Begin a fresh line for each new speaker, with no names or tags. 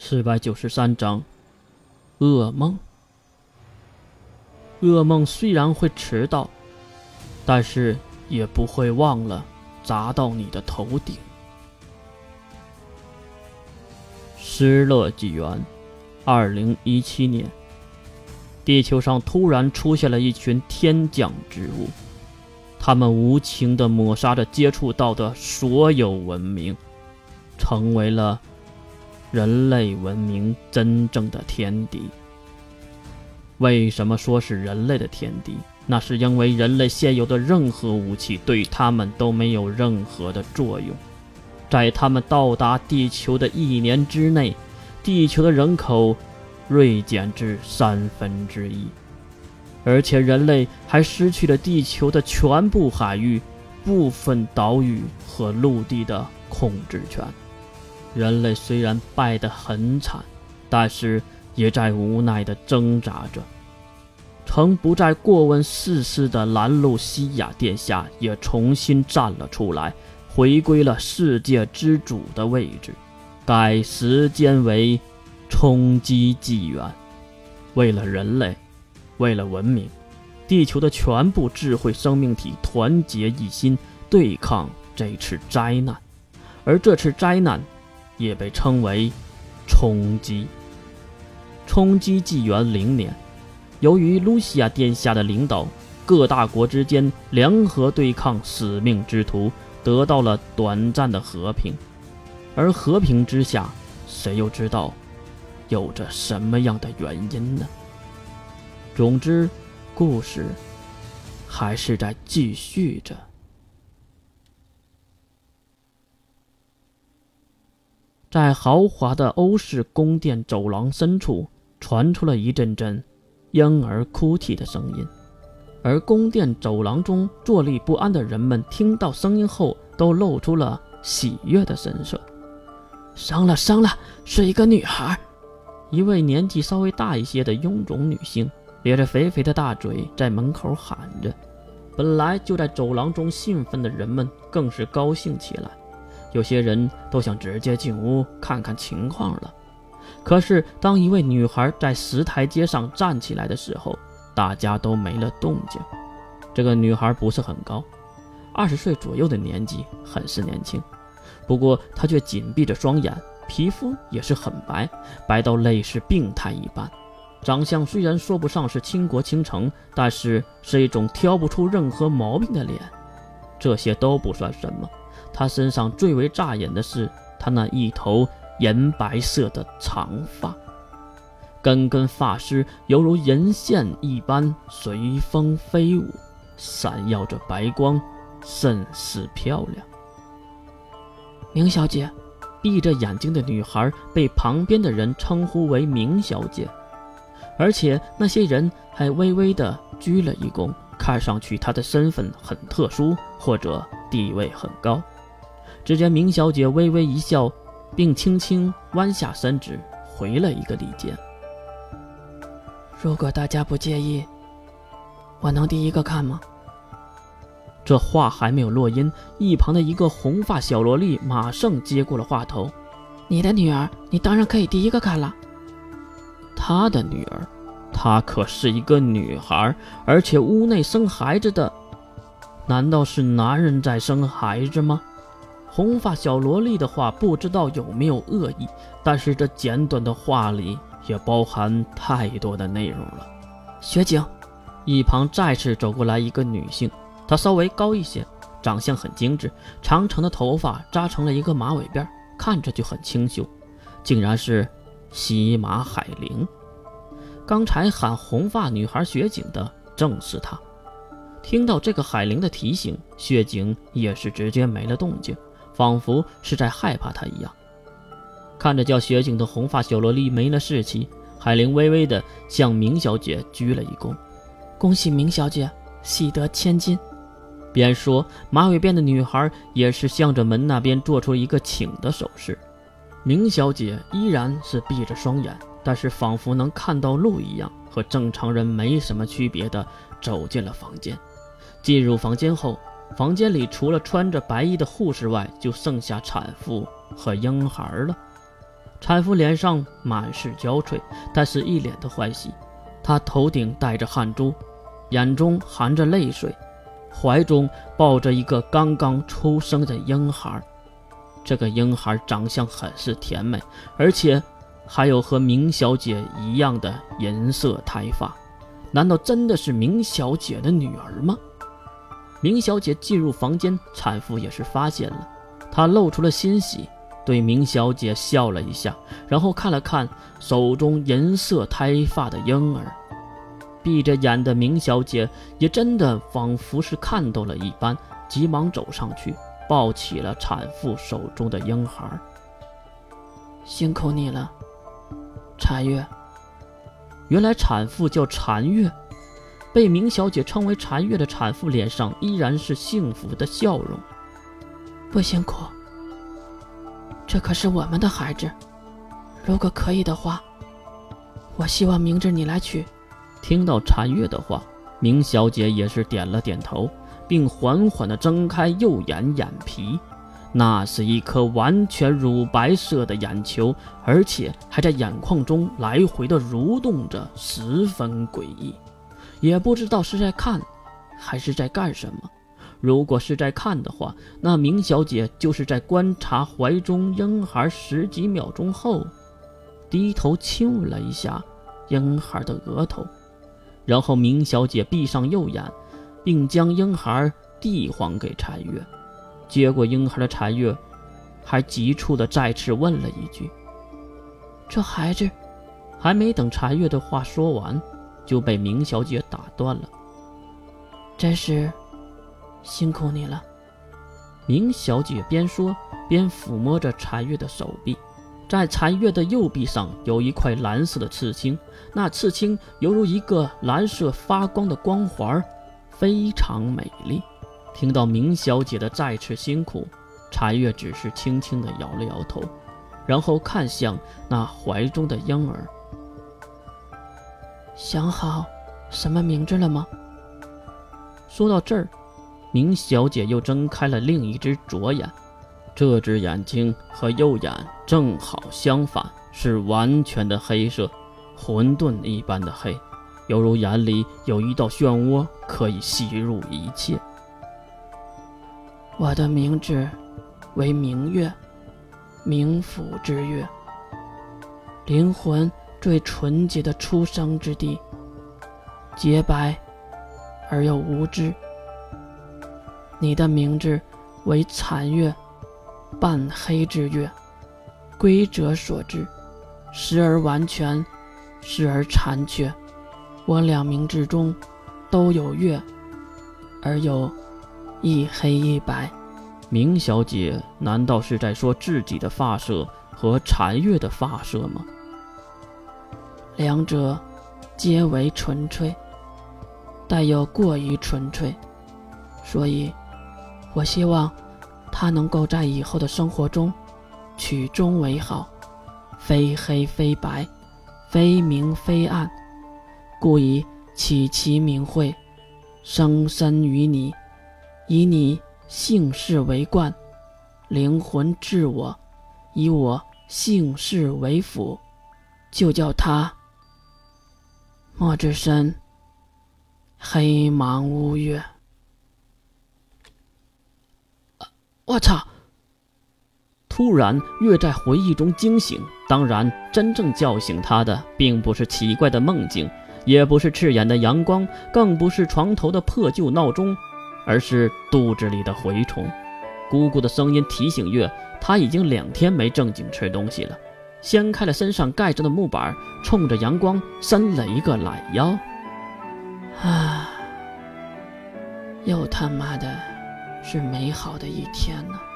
493章噩梦。噩梦虽然会迟到，但是也不会忘了砸到你的头顶。失乐纪元2017年，地球上突然出现了一群天降之物，他们无情地抹杀着接触到的所有文明，成为了人类文明真正的天敌。为什么说是人类的天敌？那是因为人类现有的任何武器对他们都没有任何的作用。在他们到达地球的1年之内，地球的人口锐减至1/3，而且人类还失去了地球的全部海域、部分岛屿和陆地的控制权。人类虽然败得很惨，但是也在无奈地挣扎着。曾不再过问世事的兰路西亚殿下也重新站了出来，回归了世界之主的位置，改时间为冲击纪元。为了人类，为了文明，地球的全部智慧生命体团结一心，对抗这次灾难。而这次灾难也被称为冲击。冲击纪元0年，由于露西亚殿下的领导，各大国之间联合对抗使命之徒，得到了短暂的和平。而和平之下，谁又知道有着什么样的原因呢？总之，故事还是在继续着。在豪华的欧式宫殿走廊深处，传出了一阵阵婴儿哭泣的声音，而宫殿走廊中坐立不安的人们听到声音后，都露出了喜悦的神色。生了，是一个女孩。一位年纪稍微大一些的臃肿女性咧着肥肥的大嘴在门口喊着。本来就在走廊中兴奋的人们更是高兴起来，有些人都想直接进屋看看情况了。可是当一位女孩在石台阶上站起来的时候，大家都没了动静。这个女孩不是很高，20岁左右的年纪，很是年轻。不过她却紧闭着双眼，皮肤也是很白，白到类似病态一般。长相虽然说不上是倾国倾城，但是是一种挑不出任何毛病的脸。这些都不算什么，她身上最为扎眼的是她那一头银白色的长发，根根发丝犹如银线一般随风飞舞，闪耀着白光，甚是漂亮。明小姐。闭着眼睛的女孩被旁边的人称呼为明小姐，而且那些人还微微地鞠了一躬，看上去她的身份很特殊，或者地位很高。只见明小姐微微一笑，并轻轻弯下身子回了一个礼节。如果大家不介意，我能第一个看吗？这话还没有落音，一旁的一个红发小萝莉马上接过了话头。你的女儿，你当然可以第一个看了。她的女儿？她可是一个女孩，而且屋内生孩子的，难道是男人在生孩子吗？红发小萝莉的话不知道有没有恶意，但是这简短的话里也包含太多的内容了。雪景，一旁再次走过来一个女性，她稍微高一些，长相很精致，长长的头发扎成了一个马尾辫，看着就很清秀，竟然是西马海灵。刚才喊红发女孩雪景的正是她。听到这个海灵的提醒，雪景也是直接没了动静，仿佛是在害怕她一样。看着叫雪景的红发小萝莉没了士气，海灵微微的向明小姐鞠了一躬。恭喜明小姐，喜得千金。边说，马尾辫的女孩也是向着门那边做出一个请的手势。明小姐依然是闭着双眼，但是仿佛能看到路一样，和正常人没什么区别的走进了房间。进入房间后，房间里除了穿着白衣的护士外，就剩下产妇和婴孩了。 产妇脸上满是焦悴，但是一脸的欢喜。她头顶戴着汗珠，眼中含着泪水，怀中抱着一个刚刚出生的婴孩。这个婴孩长相很是甜美，而且还有和明小姐一样的银色胎发。难道真的是明小姐的女儿吗？明小姐进入房间，产妇也是发现了，她露出了欣喜，对明小姐笑了一下，然后看了看手中银色胎发的婴儿。闭着眼的明小姐也真的仿佛是看到了一般，急忙走上去抱起了产妇手中的婴孩。辛苦你了，婵月。原来产妇叫婵月，被明小姐称为婵月的产妇脸上依然是幸福的笑容。不辛苦，这可是我们的孩子，如果可以的话，我希望明日你来取。听到婵月的话，明小姐也是点了点头，并缓缓地睁开右眼眼皮。那是一颗完全乳白色的眼球，而且还在眼眶中来回地蠕动着，十分诡异。也不知道是在看还是在干什么。如果是在看的话，那明小姐就是在观察怀中婴孩10几秒钟后，低头亲吻了一下婴孩的额头，然后明小姐闭上右眼，并将婴孩递还给婵月。接过婴孩的婵月还急促地再次问了一句：这孩子……还没等婵月的话说完，就被明小姐打断了。真是辛苦你了。明小姐边说边抚摸着婵月的手臂，在婵月的右臂上有一块蓝色的刺青，那刺青犹如一个蓝色发光的光环，非常美丽。听到明小姐的再次辛苦，婵月只是轻轻地摇了摇头，然后看向那怀中的婴儿。想好什么名字了吗？说到这儿，明小姐又睁开了另一只左眼，这只眼睛和右眼正好相反，是完全的黑色，混沌一般的黑，犹如眼里有一道漩涡可以吸入一切。我的名字为明月，冥府之月，灵魂最纯洁的出生之地，洁白而又无知。你的名字为残月，半黑之月，规则所致，时而完全，时而残缺。我两名字中都有月，而有一黑一白。明小姐难道是在说自己的发色和婵月的发色吗？两者皆为纯粹，但又过于纯粹，所以我希望他能够在以后的生活中取中为好，非黑非白，非明非暗，故以起其名讳，生身于你，以你姓氏为冠，灵魂自我，以我姓氏为辅，就叫他莫之深，黑茫乌月。我操！突然月在回忆中惊醒，当然真正叫醒他的并不是奇怪的梦境，也不是刺眼的阳光，更不是床头的破旧闹钟，而是肚子里的蛔虫。姑姑的声音提醒月，她已经2天没正经吃东西了，掀开了身上盖着的木板，冲着阳光伸了一个懒腰。又他妈的是美好的一天呢。